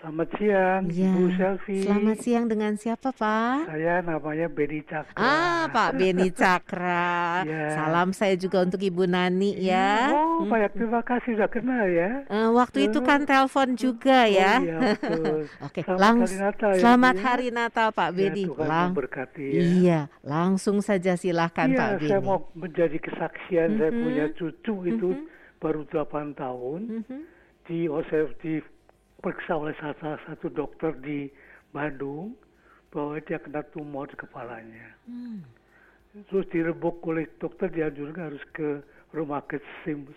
Selamat siang, Ibu Ya, Selvi. selamat siang dengan siapa, Pak? Saya namanya Beni Cakra. Pak Beni Cakra. Ya, Salam saya juga untuk Ibu Nani iya. ya. Oh, banyak terima kasih sudah kenal ya. Waktu itu kan telepon juga Oh ya. iya betul. Oke, Selamat hari Natal ya Bu selamat ya. hari Natal Pak Ya Beni. Tuhan memberkati ya. Iya, langsung saja silahkan Pak Iya, saya Beni. mau menjadi kesaksian. Saya punya cucu itu baru 8 tahun. Diperiksa oleh salah satu dokter di Bandung bahwa dia kena tumor di kepalanya. Terus direbuk oleh dokter, dianjurkan harus ke rumah sakit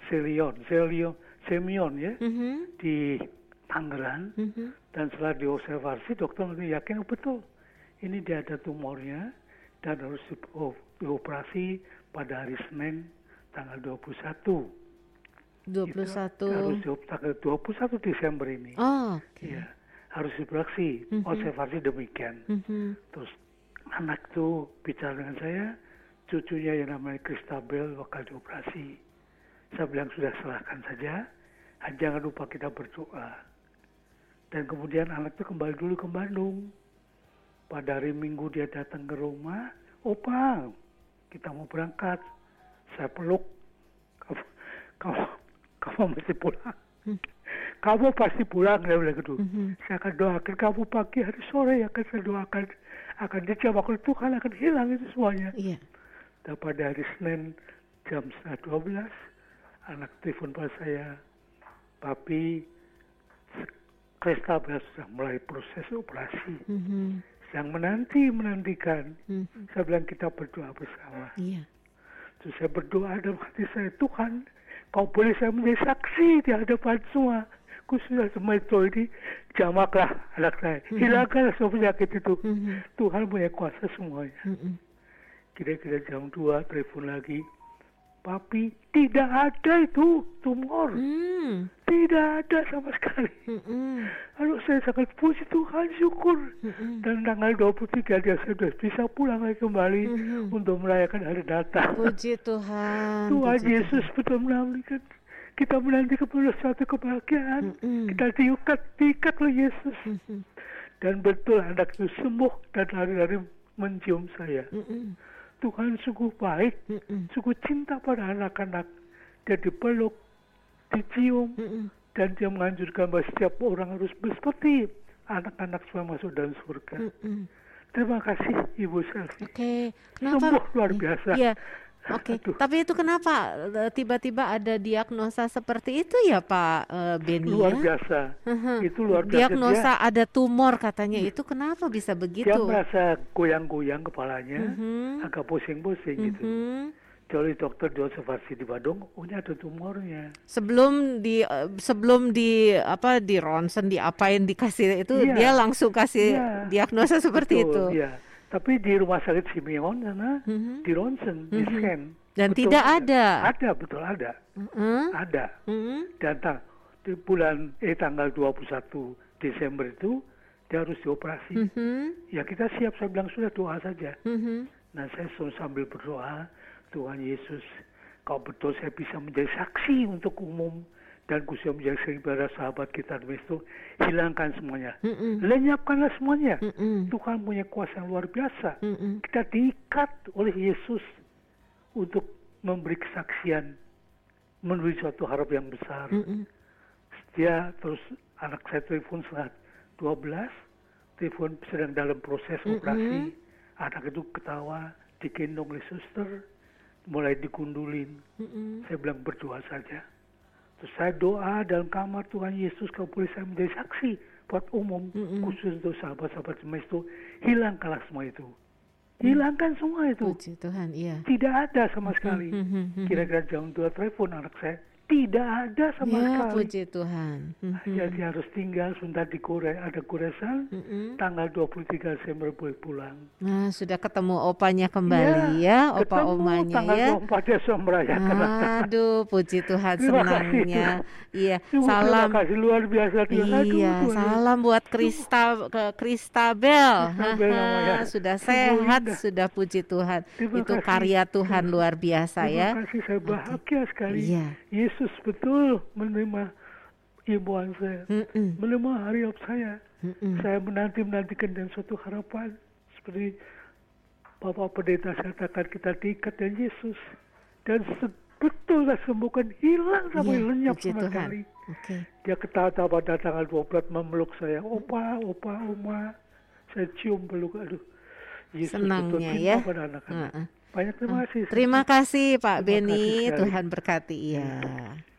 Semion ya di Tangerang. Dan setelah diobservasi dokter yakin betul ini dia ada tumornya dan harus dioperasi pada hari Senin tanggal 21. 21. Harus tanggal 21 Desember ini. Oh, oke. Iya, harus dioperasi. Observasi demikian. Terus anak tuh bicara dengan saya, cucunya yang namanya Christabel bakal dioperasi. Saya bilang sudah serahkan saja, jangan lupa kita berdoa. Dan kemudian anak itu kembali dulu ke Bandung. Pada hari Minggu dia datang ke rumah, "Opa, kita mau berangkat." Saya peluk, kamu mesti pulang. Kamu pasti pulang, saya bilang gitu. Saya akan doakan kamu pagi hari sore, akan saya doakan akan dijawab oleh Tuhan, akan hilang itu semuanya. Iya. Dan pada hari Senin jam 11:30 anak telepon pada saya, "Papi, Kristabel sudah mulai proses operasi." Yang menantikan. Saya bilang kita berdoa bersama. Iya. Terus saya berdoa dalam hati saya, "Tuhan, Kau boleh saya menjadi saksi di hadapan semua, khususnya semua itu ini, jamaklah anak saya, hilangkanlah semua penyakit itu." Tuhan punya kuasa semuanya. Kira-kira jam 2 telepon lagi, "Papi, tidak ada itu tumor, tidak ada sama sekali." Lalu saya sangat puji Tuhan, syukur. Dan tanggal 23 dia sudah bisa pulang lagi kembali untuk merayakan hari Natal. Puji Tuhan. Tuhan Puji Yesus betul menantikan kita menantikan suatu kebahagiaan. Kita diikat oleh Yesus. Dan betul anak itu sembuh dan hari-hari mencium saya. Tuhan sungguh baik, sungguh cinta pada anak-anak. Dia dipeluk, dicium, dan dia menganjurkan bahwa setiap orang harus seperti anak-anak semua masuk dalam surga. Terima kasih Ibu Selvi. Oke, kenapa? Sembuh luar biasa. Iya. Oke, Aduh. tapi itu kenapa tiba-tiba ada diagnosa seperti itu ya Pak Beni Luar ya? biasa. Itu luar biasa. Diagnosa ada tumor katanya, itu kenapa bisa Dia begitu? merasa goyang-goyang kepalanya, agak pusing-pusing gitu. Jadi dokter diobservasi di Bandung, ini ada tumornya. Sebelum di ronsen diapain dikasih itu Iya. dia langsung kasih Iya. diagnosa seperti Betul, itu. iya. Tapi di rumah sakit Simeon sana di ronsen, di scan. Dan Betul tidak ada. Ada, betul ada. Ada. Dan di tanggal 21 Desember itu dia harus dioperasi. Ya kita siap, saya bilang sudah doa saja. Nah saya sambil berdoa, "Tuhan Yesus, Kau betul saya bisa menjadi saksi untuk umum dan khususnya menjadi saksi pada sahabat kita demi itu, hilangkan semuanya, lenyapkanlah semuanya." Tuhan punya kuasa yang luar biasa. Kita diikat oleh Yesus untuk memberi kesaksian menuju suatu harap yang besar. Dia terus anak saya telepon saat 12, telepon sedang dalam proses operasi. Anak itu ketawa, digendong oleh suster, mulai digundulin. Saya bilang berdoa saja. Terus saya doa dalam kamar, "Tuhan Yesus, Kau boleh saya menjadi saksi buat umum, khusus untuk sahabat-sahabat semua itu, hilangkanlah semua itu. Hilangkan semua itu." Puji Tuhan, iya. Tidak ada sama sekali. Kira-kira jam 2 telepon anak saya, tidak ada sama Ya, sekali. puji Tuhan. Jadi harus tinggal sebentar di Korea, ada goresan, tanggal 23 Desember boleh pulang. Nah, sudah ketemu opanya kembali ya, opa ketemu omanya tanggal ya. 24 Desember merayakan Natal. Aduh, puji Tuhan, Terima kasih, senangnya. Iya, Sungguh salam. terima kasih luar biasa. Iya, salam buat Kristabel. Kristabel namanya. Sudah Sungguh sehat, indah. sudah puji Tuhan. Terima Itu kasih. karya Tuhan luar biasa ya. Terima kasih, saya bahagia sekali. Iya. Yesus betul menerima himbauan saya, melemah harap saya. Saya menantikan dan suatu harapan seperti Bapak Pendeta saya katakan, kita diikat dengan Yesus dan betul sembuhkan, hilang sampai lenyap sama sekali. Dia ketawa-tawa tanggal 12 memeluk saya, opa, oma. Saya cium peluk, aduh. Yesus Senangnya ya. Pada anak-anak. Banyak terima kasih. Terima kasih Pak Beni, Tuhan berkati ya.